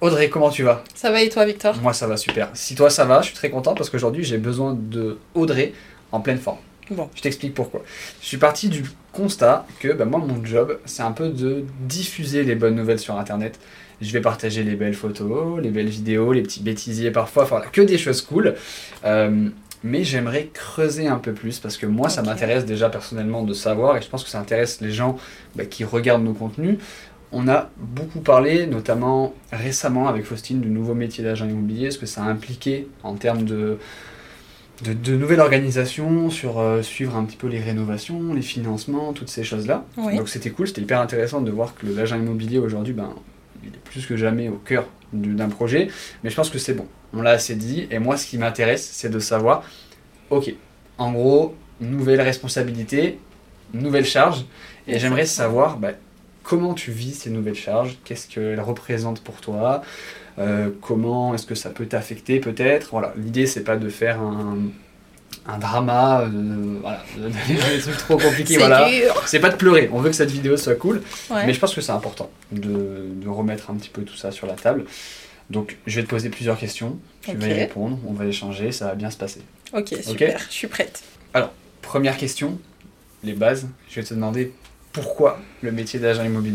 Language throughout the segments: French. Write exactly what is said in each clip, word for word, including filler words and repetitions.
Audrey, comment tu vas ? Ça va et toi, Victor ? Moi, ça va super. Si toi, ça va, je suis très content parce qu'aujourd'hui, j'ai besoin de Audrey en pleine forme. Bon. Je t'explique pourquoi. Je suis parti du constat que bah, moi, mon job, c'est un peu de diffuser les bonnes nouvelles sur Internet. Je vais partager les belles photos, les belles vidéos, les petits bêtisiers parfois, enfin, voilà, que des choses cool. Euh, mais j'aimerais creuser un peu plus parce que moi, okay. ça m'intéresse déjà personnellement de savoir et je pense que ça intéresse les gens bah, qui regardent nos contenus. On a beaucoup parlé, notamment récemment avec Faustine, du nouveau métier d'agent immobilier, ce que ça a impliqué en termes de, de, de nouvelle organisation, sur euh, suivre un petit peu les rénovations, les financements, toutes ces choses-là. Oui. Donc c'était cool, c'était hyper intéressant de voir que l'agent immobilier aujourd'hui, ben, il est plus que jamais au cœur du, d'un projet. Mais je pense que c'est bon, on l'a assez dit. Et moi, ce qui m'intéresse, c'est de savoir, ok, en gros, nouvelle responsabilité, nouvelle charge. Et j'aimerais savoir... Ben, comment tu vis ces nouvelles charges ? Qu'est-ce qu'elles représentent pour toi ? euh, Comment est-ce que ça peut t'affecter peut-être ? Voilà, l'idée c'est pas de faire un, un drama, euh, voilà, des trucs trop compliqués. C'est voilà. dur. C'est pas de pleurer. On veut que cette vidéo soit cool, ouais. mais je pense que c'est important de, de remettre un petit peu tout ça sur la table. Donc je vais te poser plusieurs questions. Tu okay. vas y répondre. On va échanger. Ça va bien se passer. Ok, super. Okay ? Je suis prête. Alors première question, les bases. Je vais te demander. Pourquoi le métier d'agent immobilier ?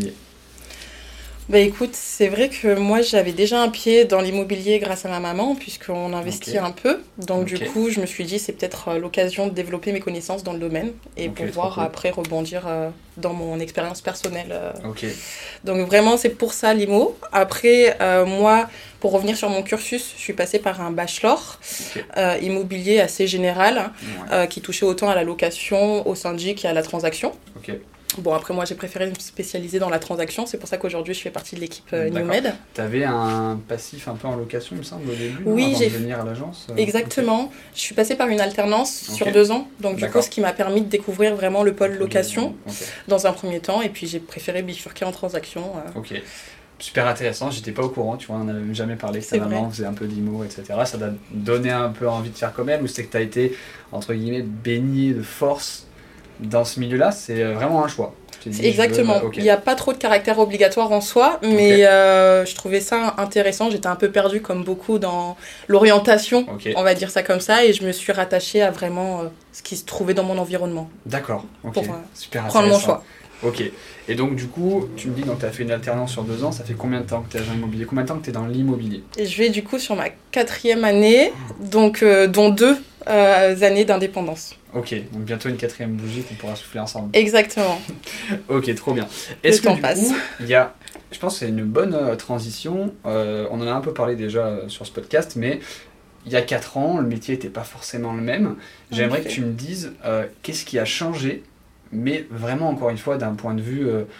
Bah écoute, c'est vrai que moi j'avais déjà un pied dans l'immobilier grâce à ma maman puisqu'on investit okay. un peu. Donc okay. du coup, je me suis dit c'est peut-être l'occasion de développer mes connaissances dans le domaine et okay, pouvoir cool. après rebondir dans mon expérience personnelle. Okay. Donc vraiment, c'est pour ça l'I M O. Après, euh, moi, pour revenir sur mon cursus, je suis passée par un bachelor okay. euh, immobilier assez général ouais. euh, qui touchait autant à la location, au syndic et à la transaction. Okay. Bon, après, moi, j'ai préféré me spécialiser dans la transaction. C'est pour ça qu'aujourd'hui, je fais partie de l'équipe euh, Newmed. Tu avais un passif un peu en location, il me semble, au début, oui, non, avant j'ai... de venir à l'agence euh... Exactement. Okay. Je suis passée par une alternance okay. sur deux ans. Donc, du D'accord. coup, ce qui m'a permis de découvrir vraiment le pôle okay. location okay. dans un premier temps. Et puis, j'ai préféré bifurquer en transaction. Euh... Ok. Super intéressant. J'étais pas au courant, tu vois, on n'avait jamais parlé que ta maman faisait un peu d'I M O, et cetera. Ça t'a donné un peu envie de faire quand même, ou c'est que tu as été, entre guillemets, baigné de force dans ce milieu-là ? C'est vraiment un choix. Dit, exactement, veux... okay. Il n'y a pas trop de caractère obligatoire en soi, mais okay. euh, je trouvais ça intéressant. J'étais un peu perdue comme beaucoup dans l'orientation, okay. on va dire ça comme ça, et je me suis rattachée à vraiment euh, ce qui se trouvait dans mon environnement. D'accord, ok, pour, euh, super prendre mon choix. Ok, et donc du coup, tu me dis que tu as fait une alternance sur deux ans, ça fait combien de temps que tu es agent immobilier ? Combien de temps que tu es dans l'immobilier ? Et je vais du coup sur ma quatrième année, donc, euh, dont deux euh, années d'indépendance. Ok, donc bientôt une quatrième bougie qu'on pourra souffler ensemble. Exactement. Ok, trop bien. Est-ce Le temps que du passe. coup, il y a, je pense que c'est une bonne euh, transition, euh, on en a un peu parlé déjà euh, sur ce podcast, mais il y a quatre ans, le métier n'était pas forcément le même. J'aimerais okay. que tu me dises euh, qu'est-ce qui a changé, mais vraiment encore une fois d'un point de vue euh,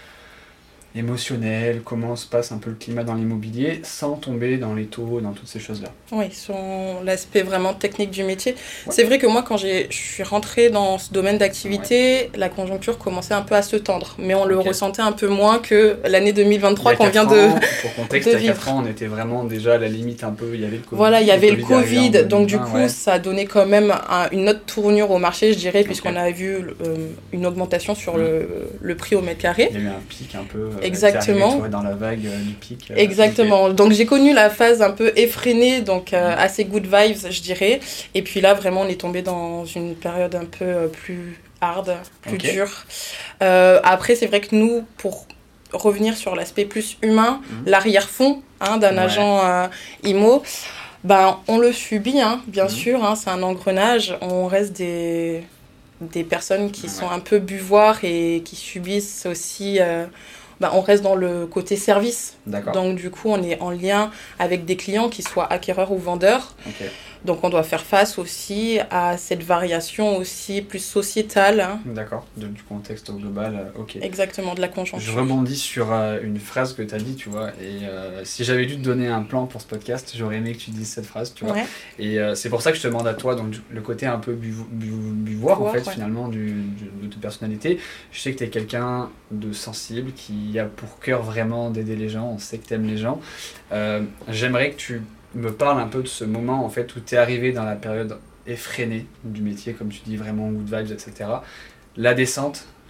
émotionnel, comment se passe un peu le climat dans l'immobilier, sans tomber dans les taux, dans toutes ces choses-là. Oui, sur l'aspect vraiment technique du métier. Ouais. C'est vrai que moi, quand j'ai, je suis rentrée dans ce domaine d'activité, ouais. la conjoncture commençait un peu à se tendre, mais on okay. le ressentait un peu moins que l'année deux mille vingt-trois qu'on vient ans, de Pour contexte, de il y a quatre ans, on était vraiment déjà à la limite un peu, il y avait le Covid. Voilà, il y avait le Covid, le donc du coup, ouais. ça a donné quand même un, une autre tournure au marché, je dirais, okay. puisqu'on a vu euh, une augmentation sur mmh. le, le prix au mètre carré. Il y a eu un pic un peu... Exactement. Dans la vague euh, du pic. Euh, Exactement. Okay. Donc j'ai connu la phase un peu effrénée, donc euh, assez good vibes, je dirais. Et puis là, vraiment, on est tombé dans une période un peu euh, plus hard, plus okay. dure. Euh, après, c'est vrai que nous, pour revenir sur l'aspect plus humain, mmh. l'arrière-fond hein, d'un ouais. agent euh, I M O, ben, on le subit, hein, bien mmh. sûr. Hein, c'est un engrenage. On reste des, des personnes qui ouais. sont un peu buvoirs et qui subissent aussi... Euh, Bah, on reste dans le côté service. D'accord. Donc, du coup, on est en lien avec des clients qui soient acquéreurs ou vendeurs. Okay. Donc, on doit faire face aussi à cette variation aussi plus sociétale. Hein. D'accord, de, du contexte global. Ok. Exactement, de la conjoncture. Je rebondis sur euh, une phrase que tu as dit, tu vois. Et euh, si j'avais dû te donner un plan pour ce podcast, j'aurais aimé que tu dises cette phrase, tu vois. Ouais. Et euh, c'est pour ça que je te demande à toi, donc le côté un peu bu, bu, buvoire, en fait, ouais. finalement, du, du, de ta personnalité. Je sais que tu es quelqu'un de sensible, qui a pour cœur vraiment d'aider les gens. On sait que tu aimes les gens. Euh, j'aimerais que tu me parles un peu de ce moment, en fait, où tu es arrivé dans la période effrénée du métier, comme tu dis, vraiment good vibes, et cetera. La descente,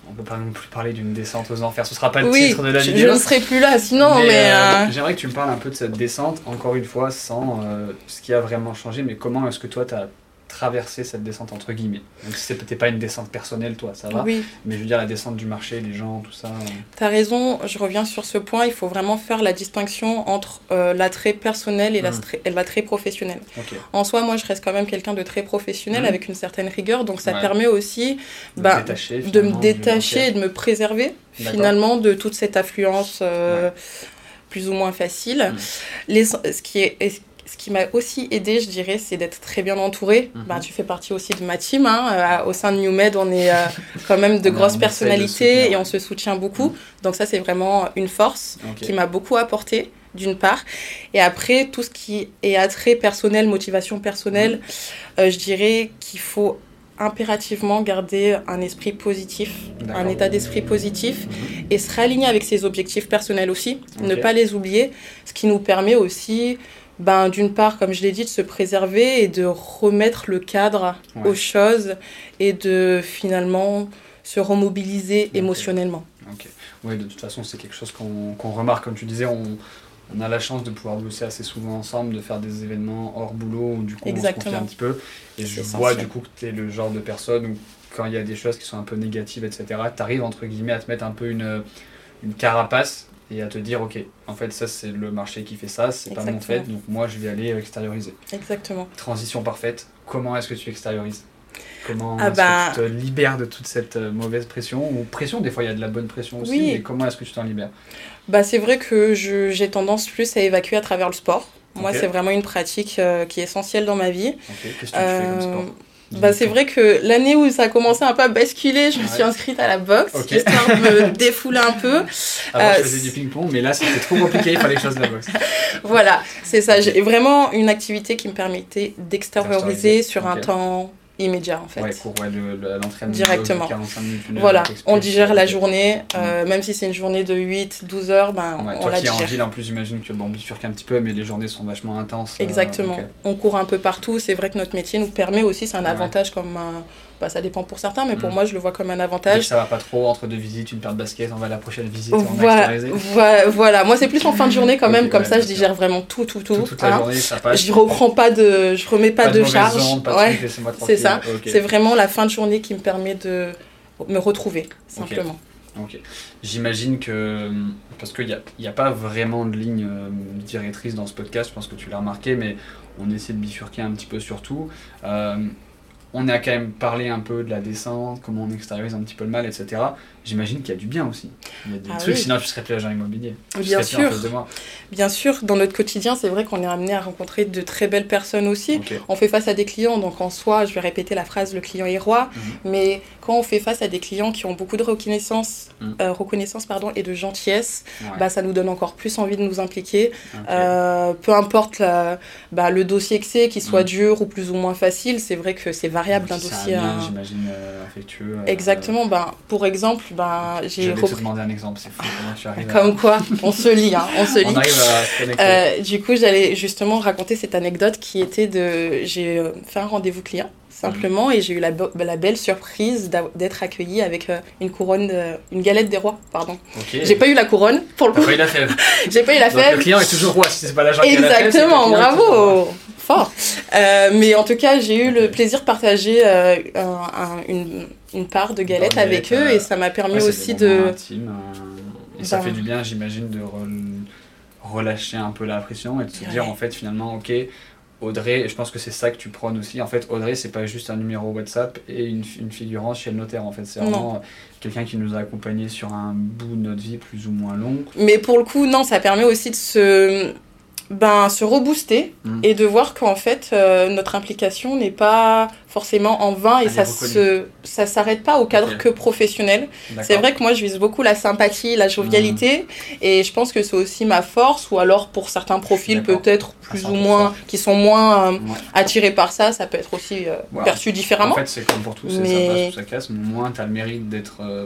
on peut pas non plus parler d'une descente aux enfers, ce sera pas le oui, titre de la je, vidéo. je ne serai plus là sinon, mais... mais euh... euh, j'aimerais que tu me parles un peu de cette descente, encore une fois, sans euh, ce qui a vraiment changé, mais comment est-ce que toi, tu as traverser cette descente entre guillemets. Donc c'est peut-être pas une descente personnelle toi, ça va, oui. mais je veux dire la descente du marché, les gens, tout ça. Euh... T'as raison, je reviens sur ce point, il faut vraiment faire la distinction entre euh, l'attrait personnel et, mmh. l'attrait, et l'attrait professionnel. Okay. En soi, moi je reste quand même quelqu'un de très professionnel mmh. avec une certaine rigueur, donc ça ouais. permet aussi de, bah, détacher, de me détacher et de me préserver D'accord. finalement de toute cette affluence euh, ouais. plus ou moins facile. Mmh. Les, ce qui est Ce qui m'a aussi aidé, je dirais, c'est d'être très bien entourée. Mm-hmm. Bah, tu fais partie aussi de ma team. Hein. Euh, au sein de NewMed, on est euh, quand même de grosses personnalités de et on se soutient beaucoup. Mm-hmm. Donc ça, c'est vraiment une force okay. qui m'a beaucoup apporté, d'une part. Et après, tout ce qui est attrait personnel, motivation personnelle, mm-hmm. euh, je dirais qu'il faut impérativement garder un esprit positif, D'accord. un état d'esprit positif mmh. et se réaligner avec ses objectifs personnels aussi, okay. ne pas les oublier, ce qui nous permet aussi, ben, d'une part, comme je l'ai dit, de se préserver et de remettre le cadre ouais. aux choses et de finalement se remobiliser okay. émotionnellement. Ok. Oui, de toute façon, c'est quelque chose qu'on, qu'on remarque, comme tu disais, on... On a la chance de pouvoir bosser assez souvent ensemble, de faire des événements hors boulot, où du coup Exactement. on se confie un petit peu. Et je c'est vois essentiel. Du coup que tu es le genre de personne où quand il y a des choses qui sont un peu négatives, et cetera, tu arrives entre guillemets à te mettre un peu une, une carapace et à te dire ok, en fait ça c'est le marché qui fait ça, c'est Exactement. Pas mon fait, donc moi je vais aller extérioriser. Exactement. Transition parfaite, comment est-ce que tu extériorises ? Comment ah est-ce bah... que tu te libères de toute cette mauvaise pression ou pression, des fois il y a de la bonne pression aussi, oui. mais comment est-ce que tu t'en libères ? Bah, c'est vrai que je, j'ai tendance plus à évacuer à travers le sport. Moi, okay. c'est vraiment une pratique euh, qui est essentielle dans ma vie. Okay. Qu'est-ce que tu euh, fais comme sport ? Bah, c'est vrai que l'année où ça a commencé un peu à basculer, je me ouais. suis inscrite à la boxe, okay. histoire de me défouler un peu. Avant, euh, je faisais du ping-pong, mais là, c'était trop compliqué, il fallait que je fasse de la boxe. Voilà, c'est ça. J'ai vraiment une activité qui me permettait d'extérioriser sur okay. un temps immédiat en fait. Ouais, cours, ouais, le, le, l'entraînement directement. De quarante-cinq minutes, une heure, voilà, on digère la journée, euh, mmh. même si c'est une journée de huit douze heures, ben, ouais, on toi la qui digère. Es en ville, en plus, j'imagine que bon, on bifurque un petit peu, mais les journées sont vachement intenses. Exactement. Euh, okay. On court un peu partout. C'est vrai que notre métier nous permet aussi, c'est un ouais. avantage comme un... Bah, ça dépend pour certains, mais pour mmh. moi, je le vois comme un avantage. Ça va pas trop entre deux visites, une paire de basket, on va à la prochaine visite, on voilà, va extérioriser. Voilà, voilà, moi c'est plus en fin de journée quand même, okay, comme ouais, ça je digère vraiment tout, tout, tout. tout toute la hein. journée, ça passe. Je reprends pas de, je remets pas, pas de, de charge. Ondes, pas ouais, de trucs, c'est ça. Okay. C'est vraiment la fin de journée qui me permet de me retrouver, simplement. Ok. okay. J'imagine que, parce qu'il n'y a, y a pas vraiment de ligne euh, directrice dans ce podcast, je pense que tu l'as remarqué, mais on essaie de bifurquer un petit peu sur tout. Euh, On a quand même parlé un peu de la descente, comment on extériorise un petit peu le mal, et cetera. J'imagine qu'il y a du bien aussi. Il y a des ah trucs, oui. sinon tu serais plus agent immobilier. Tu bien sûr. En face de moi. Bien sûr, dans notre quotidien, c'est vrai qu'on est amené à rencontrer de très belles personnes aussi. Okay. On fait face à des clients, donc en soi, je vais répéter la phrase le client est roi, mm-hmm. mais quand on fait face à des clients qui ont beaucoup de reconnaissance, mm. euh, reconnaissance pardon, et de gentillesse, ouais. bah, ça nous donne encore plus envie de nous impliquer. Okay. Euh, peu importe la, bah, le dossier que c'est, qu'il soit mm. dur ou plus ou moins facile, c'est vrai que c'est variable d'un si dossier. C'est un lien, j'imagine, euh, affectueux. Euh, Exactement. Ben, pour exemple, ben, j'ai J'allais repris... te demander un exemple, c'est fou comment tu arrives Comme à... quoi, on se lit, hein, on se lit. On arrive à se connecter. Euh, du coup, j'allais justement raconter cette anecdote qui était de... J'ai fait un rendez-vous client, simplement, mmh. et j'ai eu la, be- la belle surprise d'être accueillie avec euh, une couronne, de... une galette des rois, pardon. Okay. J'ai pas eu la couronne, pour le coup. T'as pas eu la fève. J'ai pas eu la Donc, fève. Le client est toujours roi, si c'est pas l'agent qui a la fève. Exactement, bravo. Fort. Euh, mais en tout cas, j'ai eu okay. le plaisir de partager euh, un, un, une, une part de galette Dans avec eux, euh... et ça m'a permis ouais, aussi de... Intime, euh... Et ça ben... fait du bien, j'imagine, de re- relâcher un peu la pression et de se ouais. dire, en fait, finalement, ok, Audrey, et je pense que c'est ça que tu prônes aussi, en fait, Audrey, c'est pas juste un numéro WhatsApp et une, une figurance chez le notaire, en fait, c'est vraiment non. quelqu'un qui nous a accompagnés sur un bout de notre vie plus ou moins long. Mais pour le coup, non, ça permet aussi de se... Ben, se rebooster mmh. et de voir qu'en fait euh, notre implication n'est pas forcément en vain et Elle ça se ça s'arrête pas au cadre okay. que professionnel. D'accord. C'est vrai que moi je vise beaucoup la sympathie, la jovialité mmh. et je pense que c'est aussi ma force, ou alors pour certains profils D'accord. peut-être plus ou moins qui sont moins euh, ouais. attirés par ça, ça peut être aussi euh, wow. perçu différemment. En fait, c'est comme pour tout, c'est mais... ça passe ou ça casse, mais au moins tu as le mérite d'être euh...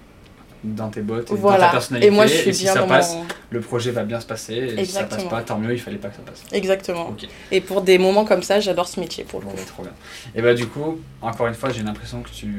dans tes bottes et voilà. dans ta personnalité, et, moi, je suis et si bien ça dans passe, mon... le projet va bien se passer, et Exactement. Si ça passe pas, tant mieux, il fallait pas que ça passe. Exactement. Okay. Et pour des moments comme ça, j'adore ce métier, pour le bon, coup. Trop bien. Et bah du coup, encore une fois, j'ai l'impression que tu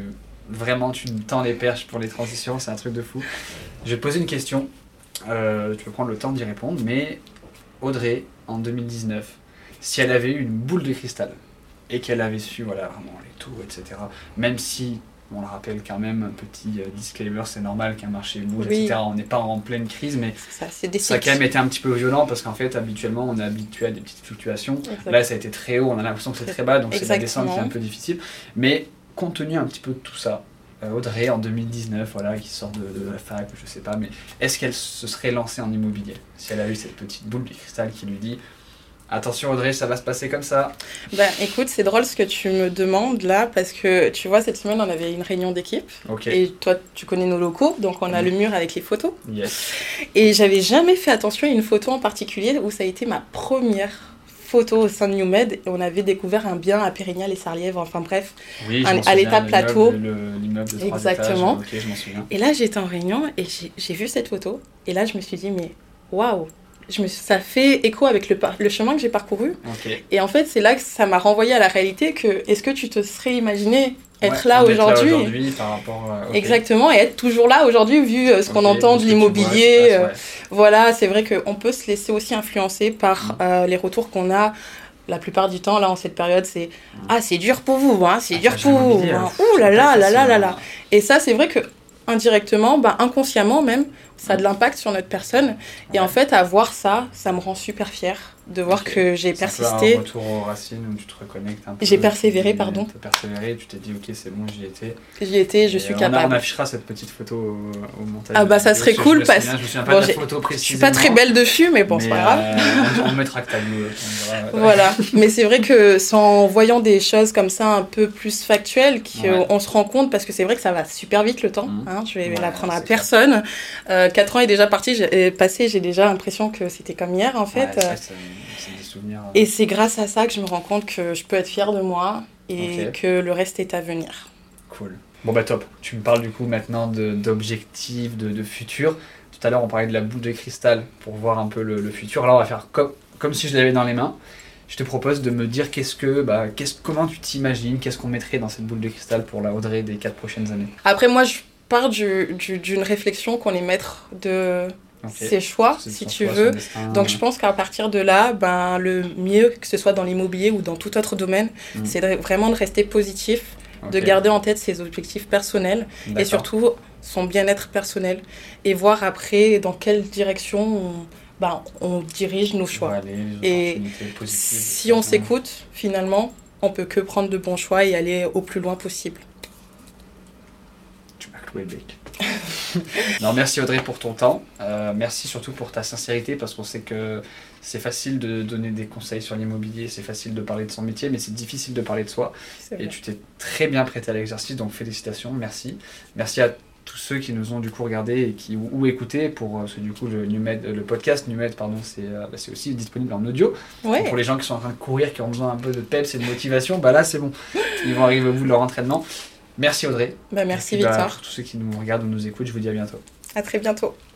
Vraiment, tu me tends les perches pour les transitions, c'est un truc de fou. Je vais te poser une question. Euh, tu peux prendre le temps d'y répondre, mais Audrey, en deux mille dix-neuf, si elle avait eu une boule de cristal et qu'elle avait su, voilà, vraiment les tours, et cetera, même si, on le rappelle quand même, un petit euh, disclaimer, c'est normal qu'un marché bouge, oui. et cetera, on n'est pas en pleine crise, mais ça, c'est des ça a quand même été un petit peu violent parce qu'en fait, habituellement, on est habitué à des petites fluctuations. Exactement. Là, ça a été très haut, on a l'impression que c'est très bas, donc Exactement. C'est la descente qui est un peu difficile. Mais compte tenu un petit peu de tout ça, Audrey en deux mille dix-neuf, voilà, qui sort de, de la fac, je sais pas, mais est-ce qu'elle se serait lancée en immobilier si elle a eu cette petite boule de cristal qui lui dit attention Audrey, ça va se passer comme ça? Ben écoute, c'est drôle ce que tu me demandes là, parce que tu vois, cette semaine on avait une réunion d'équipe, okay. et toi tu connais nos locaux, donc on a mmh. le mur avec les photos, yes. et j'avais jamais fait attention à une photo en particulier où ça a été ma première photo au sein de NewMed, et on avait découvert un bien à Pérignal et Sarlièvre, enfin bref, oui, un, à l'état plateau. Le, l'immeuble de trois Exactement. étages, okay, je m'en souviens. Et là j'étais en réunion et j'ai, j'ai vu cette photo, et là je me suis dit, mais waouh, je me suis, ça fait écho avec le, par, le chemin que j'ai parcouru. Okay. Et en fait, c'est là que ça m'a renvoyé à la réalité que, est-ce que tu te serais imaginé être ouais, là aujourd'hui, là aujourd'hui par rapport à... okay. Exactement, et être toujours là aujourd'hui vu euh, ce okay, qu'on entend de l'immobilier. Vois, euh, ouais. Voilà, c'est vrai qu'on peut se laisser aussi influencer par mmh. euh, les retours qu'on a. La plupart du temps, là, en cette période, c'est mmh. « Ah, c'est dur pour vous, hein, c'est ah, dur pour vous. Hein. Ouh là là, là là là là. » Et ça, c'est vrai que indirectement, bah, inconsciemment même, ça a de l'impact sur notre personne. Ouais. Et en fait, à voir ça, ça me rend super fière de voir okay. que j'ai c'est persisté. Un retour aux racines où tu te reconnectes un peu. J'ai persévéré, pardon. Tu as persévéré, tu t'es dit, ok, c'est bon, j'y étais. J'y étais, je et suis on capable. A, on affichera cette petite photo au, au montage. Ah bah ça serait je, cool je parce que... Je me bon, pas de la photo précisément. Je suis pas très belle dessus, mais bon, mais c'est pas grave. Euh, on mettra que t'as mieux. Voilà, mais c'est vrai que c'est en voyant des choses comme ça un peu plus factuelles qu'on ouais. se rend compte, parce que c'est vrai que ça va super vite le temps. Mmh. Hein, je vais ouais, l'apprendre à personne. Euh, quatre ans est déjà parti, j'ai, passé, j'ai déjà l'impression que c'était comme hier en fait. Ouais, c'est, c'est, c'est des souvenirs. Et c'est grâce à ça que je me rends compte que je peux être fière de moi et okay. que le reste est à venir. Cool. Bon bah top, tu me parles du coup maintenant de, d'objectifs, de, de futur. Tout à l'heure on parlait de la boule de cristal pour voir un peu le, le futur. Là on va faire comme, comme si je l'avais dans les mains. Je te propose de me dire qu'est-ce que, bah, qu'est-ce, comment tu t'imagines, qu'est-ce qu'on mettrait dans cette boule de cristal pour la Audrey des quatre prochaines années. Après moi je pars du, du, d'une réflexion qu'on est maître de... Okay. Ses choix, c'est si tu choix, veux. Destin, Donc, ouais. je pense qu'à partir de là, ben, le mieux, que ce soit dans l'immobilier ou dans tout autre domaine, mmh. c'est de, vraiment de rester positif, okay. de garder en tête ses objectifs personnels D'accord. et surtout son bien-être personnel et voir après dans quelle direction on, ben, on dirige nos choix. Aller, et si on s'écoute, finalement, on peut que prendre de bons choix et aller au plus loin possible. Tu m'as cloué le bec. Non, merci Audrey pour ton temps, euh, merci surtout pour ta sincérité, parce qu'on sait que c'est facile de donner des conseils sur l'immobilier, c'est facile de parler de son métier, mais c'est difficile de parler de soi, et tu t'es très bien prêté à l'exercice, donc félicitations, merci. Merci à tous ceux qui nous ont du coup regardé et qui, ou, ou écouté, pour ce du coup le, NewMed, le podcast NewMed, pardon, c'est, euh, bah, c'est aussi disponible en audio, ouais. Pour les gens qui sont en train de courir, qui ont besoin un peu de peps et de motivation, bah là c'est bon, ils vont arriver au bout de leur entraînement. Merci Audrey. Bah merci puis, Victor. Bah, pour tous ceux qui nous regardent ou nous écoutent, je vous dis à bientôt. À très bientôt.